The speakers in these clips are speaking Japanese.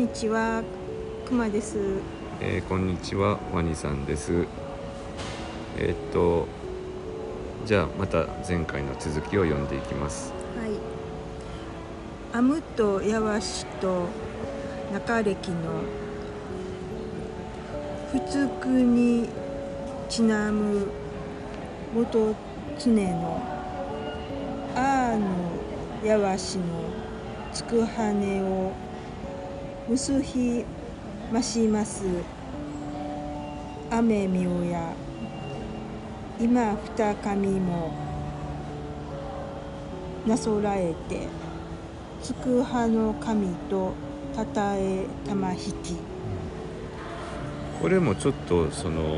にちは、くまです。 こんにちは、ワニさんです。じゃあまた前回の続きを読んでいきます。 はい。アムとヤワシと中暦の不足にちなむ元常のアーのヤワシのつくはねをむすひまします雨みおや今二神もなそらえてつくはの神とたたえたまひき。 これもちょっと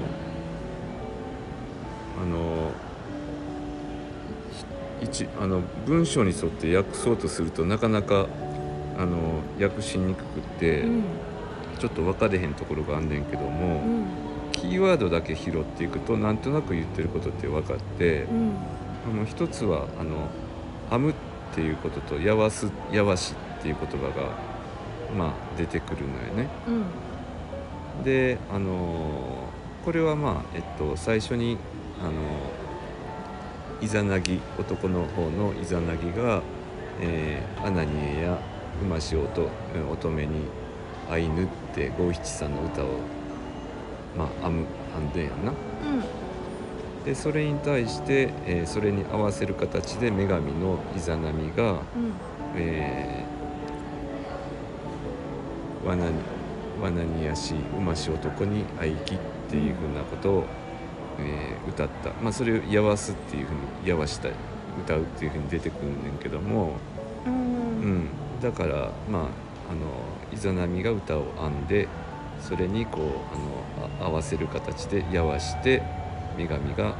文章に沿って訳そうとするとなかなか訳しにくくて、ちょっと分かれへんところがあんねんけども、キーワードだけ拾っていくとなんとなく言ってることって分かって、一つはアムっていうこととヤワシっていう言葉が出てくるのよね。でこれは最初にイザナギ、男の方のイザナギが、アナニエやウマシ乙女に会いぬって五七三の歌を編んでんやんな。でそれに対して、それに合わせる形で女神のイザナミが、ワナニヤシウマシ男に会いきっていうふうなことを、歌った。それをやわすっていうふうにやわした歌うっていうふうに出てくるんねんけども、だからイザナミが歌を編んでそれに合わせる形でやわして女神が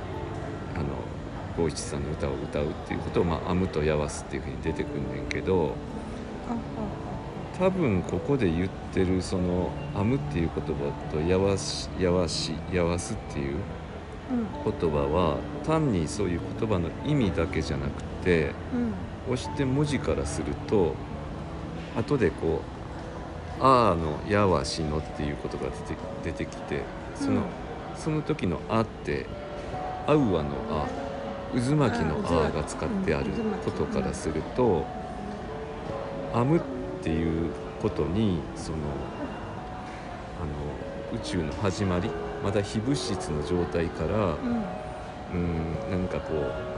五七三の歌を歌うっていうことを編むとやわすっていうふうに出てくるんねんけど、多分ここで言ってるその編むっていう言葉とやわすっていう言葉は単にそういう言葉の意味だけじゃなくて、押して文字からすると後であーのやわしのっていうことが出てきて、その時のあってあうわのあ、渦巻きのあが使ってあることからすると、編むっていうことに宇宙の始まり、まだ非物質の状態から、何か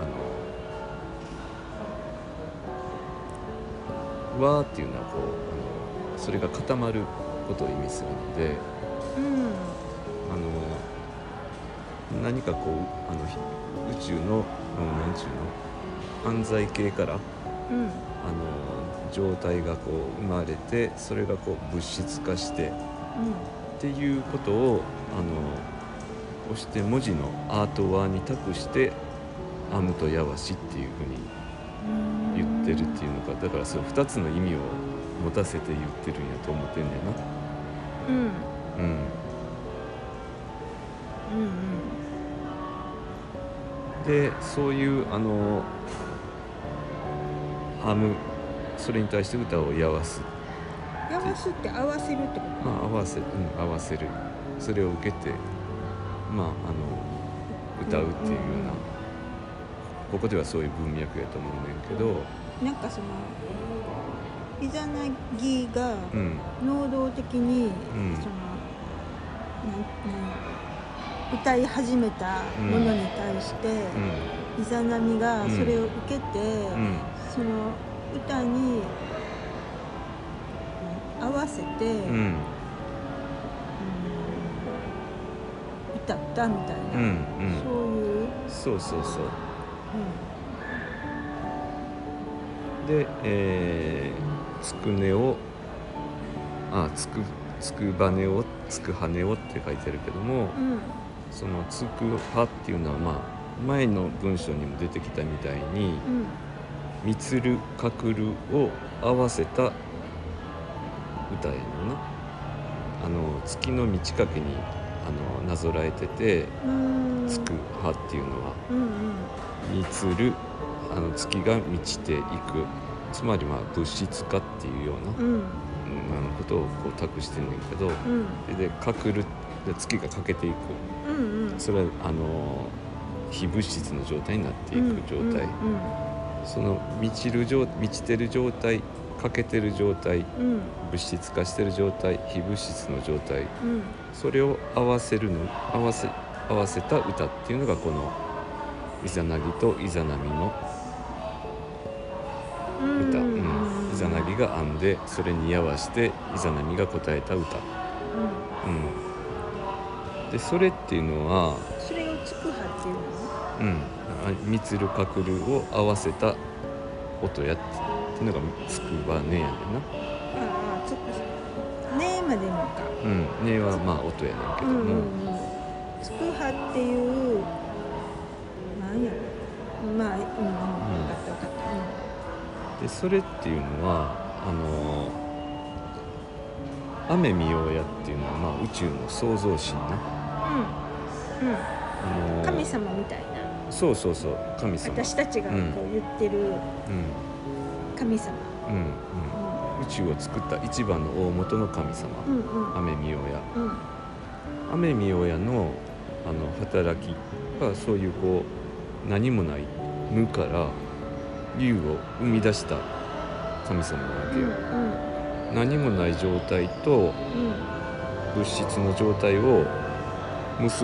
わーっていうのはそれが固まることを意味するので、何か宇宙のなんちゅうの犯罪系から、状態が生まれて、それが物質化して、っていうことを押して文字のアートワーに託してアムとヤワシっていうふうに言ってるっていうのか、だからその2つの意味を持たせて言ってるんやと思ってんねんな。でそういう編む、それに対して歌をやわす。 やわすって合わせるってこと？ 合わせる。それを受けて歌うっていうような、ここではそういう文脈やと思うねんけど、 なんかイザナギが能動的に、歌い始めたものに対して、イザナミがそれを受けて、その歌に合わせて、歌ったみたいな、そういう。 そう。で、つくねをつくばねをつくはねをって書いてあるけども、そのつくはっていうのは前の文章にも出てきたみたいに、みつるかくるを合わせた歌やのな。月の満ち欠けになぞらえてて、つくはっていうのは、みつる月が満ちていく、つまり物質化っていうような、 ことをこう託してんねんけど、 うんで隠るで月が欠けていく、 うんうん、 それは非物質の状態になっていく状態、その満ちてる状態、欠けてる状態、物質化してる状態、非物質の状態、それを合わせた歌っていうのがこのイザナギとイザナミの歌、イザナギが編んでそれに合わせてイザナミが答えた歌、でそれっていうのはそれをつくはっていうの？ みつるかくるを合わせた音やっていうのがつくばねやねんな。 ああ、つくねまでもか。 ねはまあ音やねんけども、 つくはっていうなんやろ、まあ分かった分かった。 でそれっていうのは雨見ようやっていうのは、まあ、宇宙の創造神な、 神様みたいな。 そう神様、 私たちがこう言ってる神様、 宇宙を作った一番の大元の神様、雨見ようや、雨見ようやの働きがそういうこう何もない無から竜を生み出した神様なわけよ、何もない状態と物質の状態を結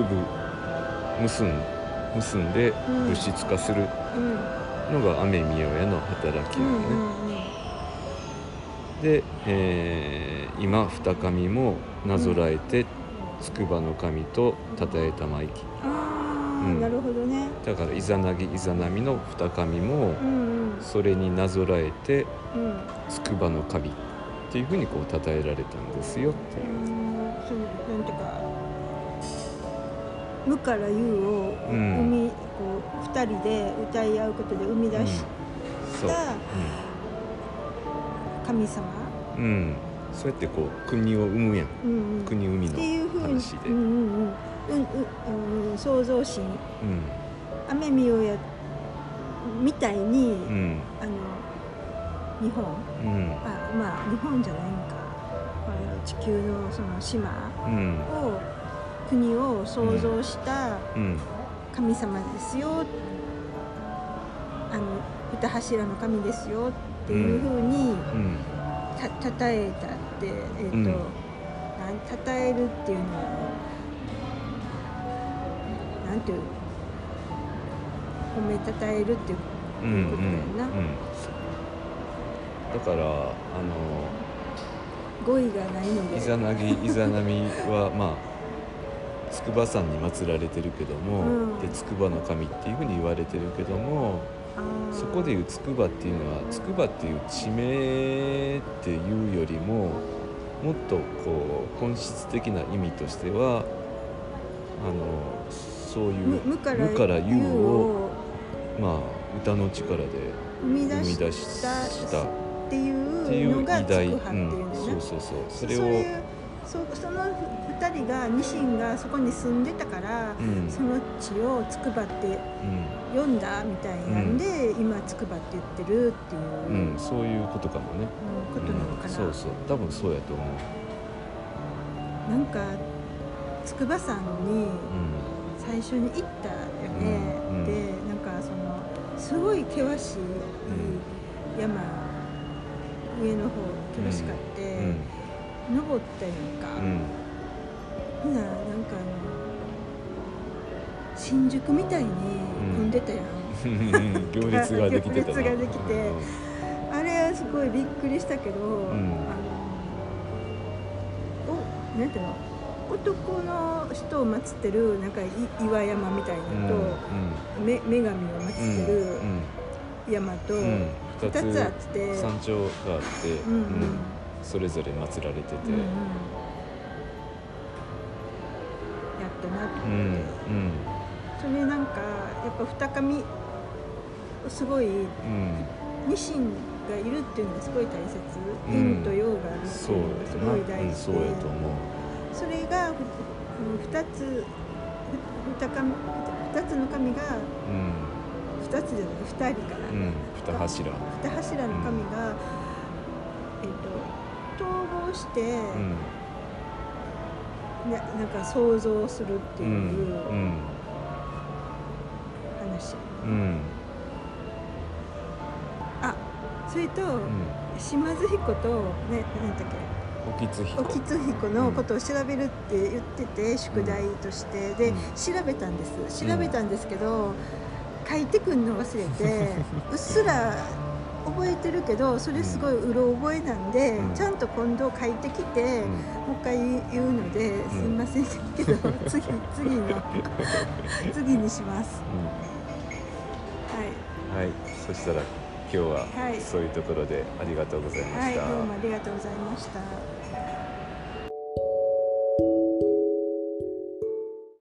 んで物質化するのが雨見ようやの働きなのね、で、今二神もなぞらえて筑波の神とたたえたまいき、 なるほどね。 だからイザナギイザナミの二神もそれになぞらえて筑波の神っていうふうにこう称えられたんですよっていう。 そうなんていうか無から有をこう2人で歌い合うことで生み出した神様、そうやってこう国を生むやん、国生みの話で創造神、雨見ようやみたいに、日本、まあ日本じゃないんか、地球のその島を、国を創造した神様ですよ、二柱の神ですよっていうふうにたたえたって、たたえるっていうのはなんていう、褒めたたえるっていうことだよな。 だから語彙がないのでイザナギイザナミはまあ筑波山に祀られてるけども、で筑波の神っていうふうに言われてるけども、そこでいう筑波っていうのは筑波っていう地名っていうよりももっとこう本質的な意味としてはそういう無から有をまあ歌の力で生み出したっていうのが筑波っていうんだよね。 それをその2人がニシンがそこに住んでたから、その地を筑波って呼んだみたいなんで、今筑波って言ってるっていう、 そういうことかもね、 ことなのかな。 多分そうやと思う。 なんか筑波山に最初に行ったよね、でなんかそのすごい険しい山、上の方険しかって、登ったやんか、なんか新宿みたいに混んでたやん、 行列ができてたな。 あれはすごいびっくりしたけど、なんていうの、男の人を祀ってるなんか岩山みたいなのと、女神を祀ってる山と2つあって、 山頂があって、それぞれ祀られてて、やったなと思って、それなんかやっぱ二神すごい、ニシンがいるっていうのがすごい大切、陰と陽があるっていうのがすごい大事で、それが2つの神が、2つじゃない2人かな、 二柱の神が、 統合して、 うんなんか想像するっていううん話、 うんあ、それと、 うん島津彦とね、何だっけ、 興津彦興津彦のことを調べるって言ってて、宿題としてで、調べたんですけど、書いてくんの忘れてうっすら覚えてるけど、それすごいうろ覚えなんで、ちゃんと今度書いてきて、もう一回言うので、すいませんけど、次にします。 はい、そしたら今日はそういうところでありがとうございました。 はい、どうもありがとうございました。